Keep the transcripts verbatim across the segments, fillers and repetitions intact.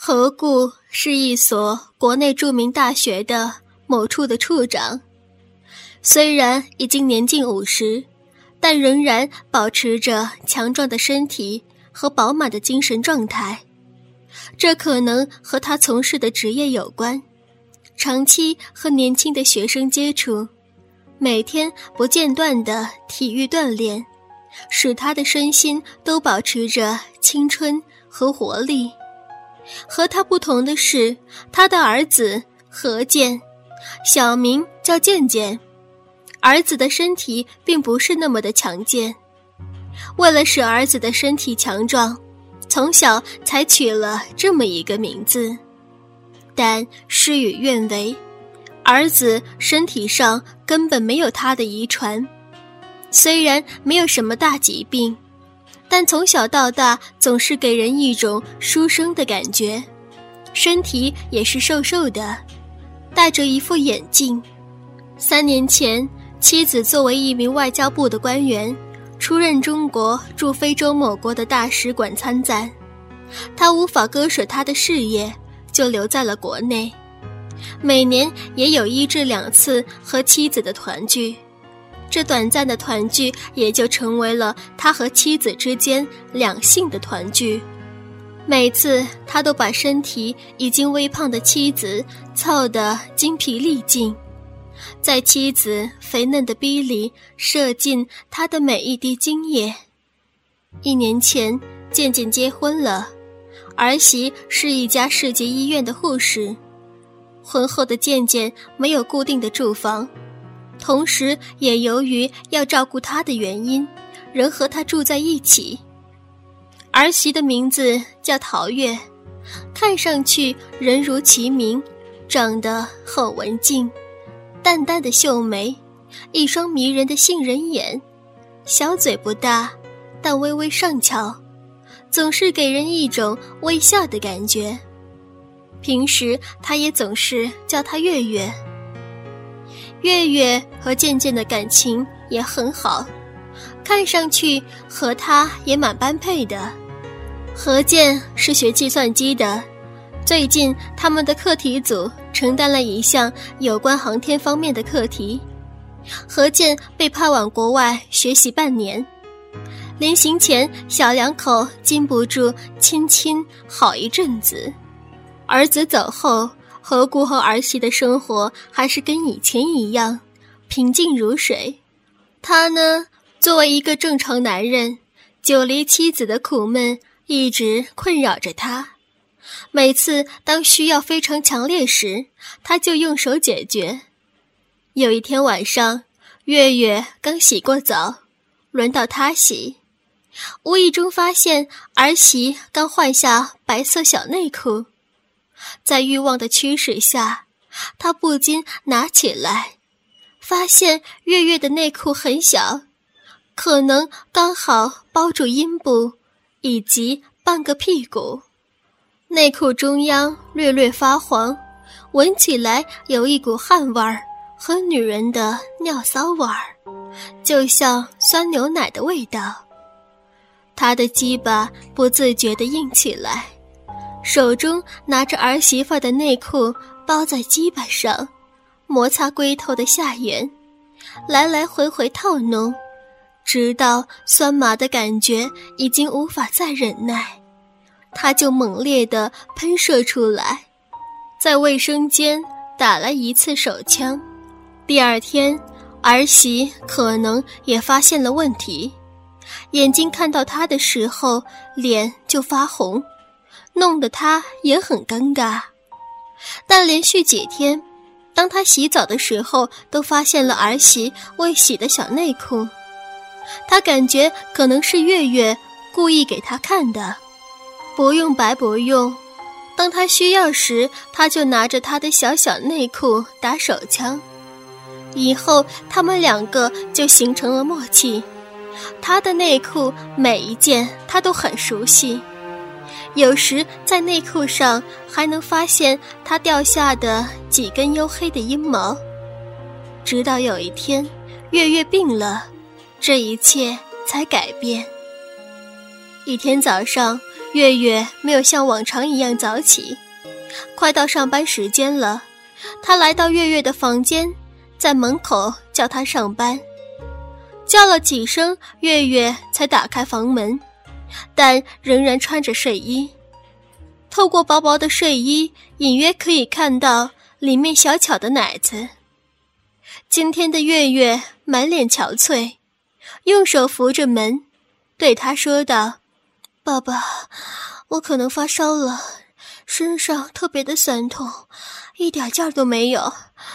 何故是一所国内著名大学的某处的处长，虽然已经年近五十，但仍然保持着强壮的身体和饱满的精神状态。这可能和他从事的职业有关，长期和年轻的学生接触，每天不间断的体育锻炼，使他的身心都保持着青春和活力。和他不同的是，他的儿子何健，小名叫健健，儿子的身体并不是那么的强健。为了使儿子的身体强壮，从小才取了这么一个名字。但事与愿违，儿子身体上根本没有他的遗传，虽然没有什么大疾病，但从小到大总是给人一种书生的感觉，身体也是瘦瘦的，戴着一副眼镜。三年前，妻子作为一名外交部的官员，出任中国驻非洲某国的大使馆参赞，他无法割舍他的事业，就留在了国内。每年也有一至两次和妻子的团聚，这短暂的团聚也就成为了他和妻子之间两性的团聚。每次他都把身体已经微胖的妻子操得精疲力尽，在妻子肥嫩的逼里射进他的每一滴精液。一年前，渐渐结婚了，儿媳是一家市级医院的护士。婚后的渐渐没有固定的住房，同时也由于要照顾他的原因，仍和他住在一起。儿媳的名字叫陶月，看上去人如其名，长得很文静，淡淡的秀眉，一双迷人的杏仁眼，小嘴不大，但微微上翘，总是给人一种微笑的感觉。平时他也总是叫她月月。月月和渐渐的感情也很好，看上去和他也蛮般配的。何健是学计算机的，最近他们的课题组承担了一项有关航天方面的课题，何健被派往国外学习半年。临行前，小两口禁不住亲亲好一阵子。儿子走后，何故和儿媳的生活还是跟以前一样平静如水。他呢，作为一个正常男人，久离妻子的苦闷一直困扰着他。每次当需要非常强烈时，他就用手解决。有一天晚上，月月刚洗过澡，轮到他洗，无意中发现儿媳刚换下白色小内裤。在欲望的驱使下，他不禁拿起来，发现月月的内裤很小，可能刚好包住阴部以及半个屁股。内裤中央略略发黄，闻起来有一股汗味儿和女人的尿骚味儿，就像酸牛奶的味道。他的鸡巴不自觉地硬起来，手中拿着儿媳妇的内裤包在鸡巴上，摩擦龟头的下缘，来来回回套弄，直到酸麻的感觉已经无法再忍耐，他就猛烈地喷射出来，在卫生间打了一次手枪。第二天，儿媳可能也发现了问题，眼睛看到他的时候，脸就发红，弄得他也很尴尬。但连续几天，当他洗澡的时候，都发现了儿媳未洗的小内裤。他感觉可能是月月故意给他看的，不用白不用。当他需要时，他就拿着他的小小内裤打手枪。以后他们两个就形成了默契，他的内裤每一件他都很熟悉，有时在内裤上还能发现他掉下的几根黝黑的阴毛。直到有一天，月月病了，这一切才改变。一天早上， 月月没有像往常一样早起，快到上班时间了，他来到月月的房间，在门口叫她上班。叫了几声，月月才打开房门，但仍然穿着睡衣。透过薄薄的睡衣，隐约可以看到里面小巧的奶子。今天的月月满脸憔悴，用手扶着门，对他说道：爸爸，我可能发烧了，身上特别的酸痛，一点劲儿都没有。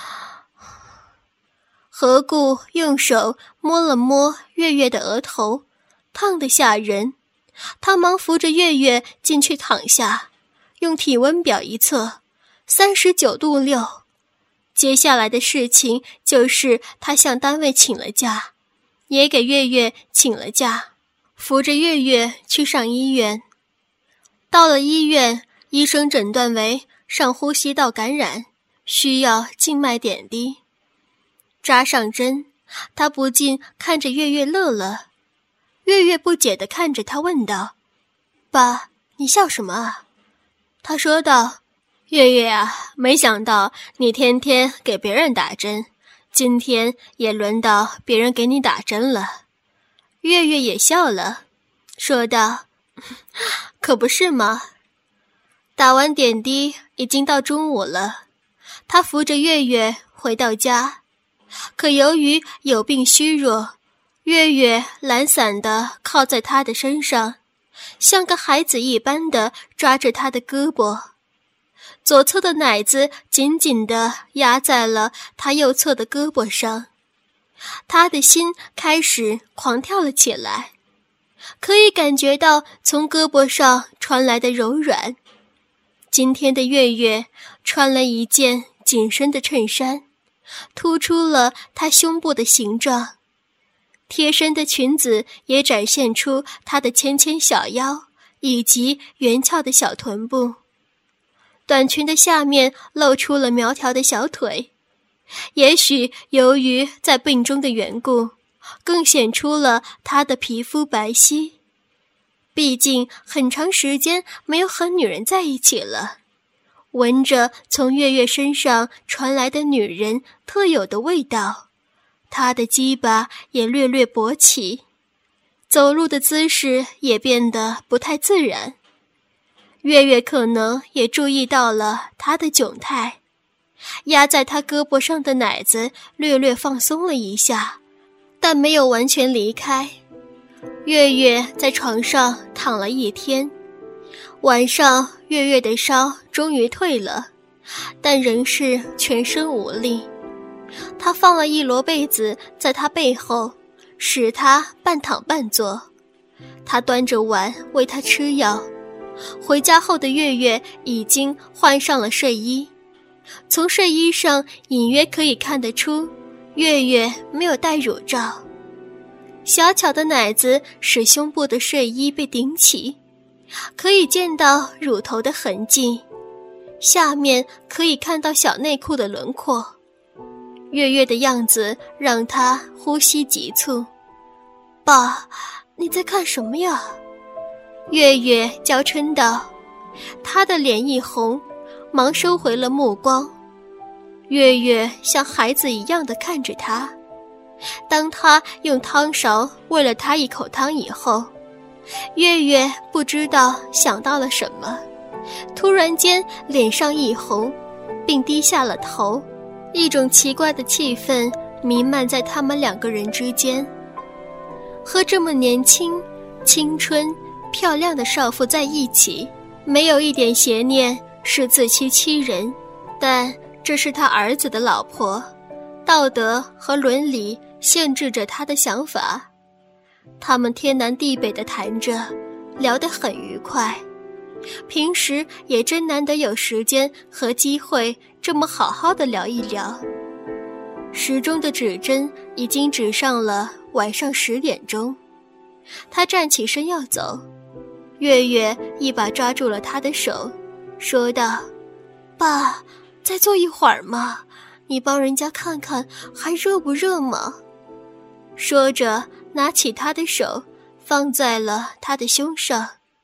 何故用手摸了摸月月的额头，烫得吓人。他忙扶着月月进去躺下，用体温表一测，三十九度六。接下来的事情就是他向单位请了假，也给月月请了假，扶着月月去上医院。到了医院，医生诊断为上呼吸道感染，需要静脉点滴。扎上针，他不禁看着月月乐了。月月不解地看着他问道：爸，你笑什么啊？他说道：月月啊，没想到你天天给别人打针，今天也轮到别人给你打针了。月月也笑了，说道：可不是吗？打完点滴已经到中午了，他扶着月月回到家。可由于有病虚弱，月月懒散地靠在他的身上，像个孩子一般地抓着他的胳膊。左侧的奶子紧紧地压在了他右侧的胳膊上，他的心开始狂跳了起来，可以感觉到从胳膊上传来的柔软。今天的月月穿了一件紧身的衬衫，突出了她胸部的形状，贴身的裙子也展现出她的纤纤小腰以及圆翘的小臀部。短裙的下面露出了苗条的小腿，也许由于在病中的缘故，更显出了她的皮肤白皙。毕竟很长时间没有和女人在一起了，闻着从月月身上传来的女人特有的味道，她的鸡巴也略略勃起，走路的姿势也变得不太自然。月月可能也注意到了她的窘态，压在她胳膊上的奶子略略放松了一下，但没有完全离开。月月在床上躺了一天，晚上月月的烧终于退了，但仍是全身无力。他放了一摞被子在她背后，使她半躺半坐。他端着碗喂她吃药。回家后的月月已经换上了睡衣，从睡衣上隐约可以看得出，月月没有戴乳罩。小巧的奶子使胸部的睡衣被顶起，可以见到乳头的痕迹，下面可以看到小内裤的轮廓。月月的样子让他呼吸急促。爸，你在看什么呀？月月娇嗔道。他的脸一红，忙收回了目光。月月像孩子一样地看着他。当他用汤勺喂了他一口汤以后，月月不知道想到了什么，突然间脸上一红，并低下了头。一种奇怪的气氛弥漫在他们两个人之间。和这么年轻、青春、漂亮的少妇在一起，没有一点邪念是自欺欺人，但这是他儿子的老婆，道德和伦理限制着他的想法。他们天南地北地谈着，聊得很愉快。平时也真难得有时间和机会这么好好的聊一聊。时钟的指针已经指上了晚上十点钟。他站起身要走，月月一把抓住了他的手，说道：爸，再坐一会儿嘛，你帮人家看看还热不热嘛。说着拿起他的手放在了他的胸上，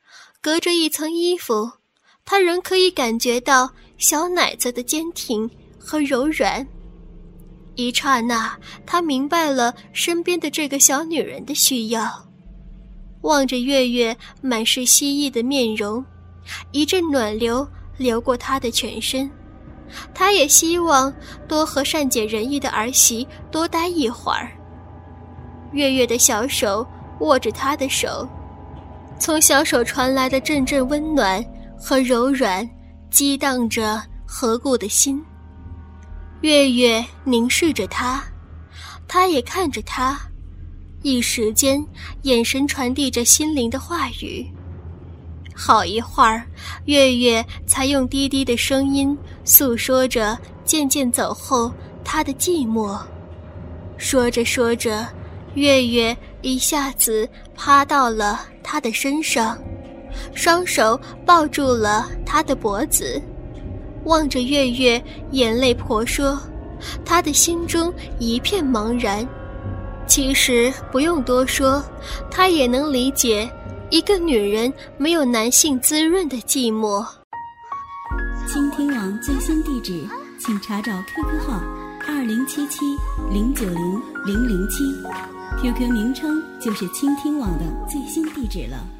隔着一层衣服，他仍可以感觉到小奶子的坚挺和柔软。一刹那，他明白了身边的这个小女人的需要。望着月月满是蜥蜴的面容，一阵暖流流过她的全身。他也希望多和善解人意的儿媳多待一会儿。月月的小手握着他的手，从小手传来的阵阵温暖和柔软激荡着何故的心。月月凝视着他，他也看着他，一时间眼神传递着心灵的话语。好一会儿，月月才用低低的声音诉说着渐渐走后他的寂寞。说着说着，月月一下子趴到了他的身上，双手抱住了他的脖子，望着月月眼泪婆娑，他的心中一片茫然。其实不用多说，他也能理解一个女人没有男性滋润的寂寞。 倾听网最新地址，请查找 Q Q 号二零七七零九零零零七 ，Q Q 名称就是倾听网的最新地址了。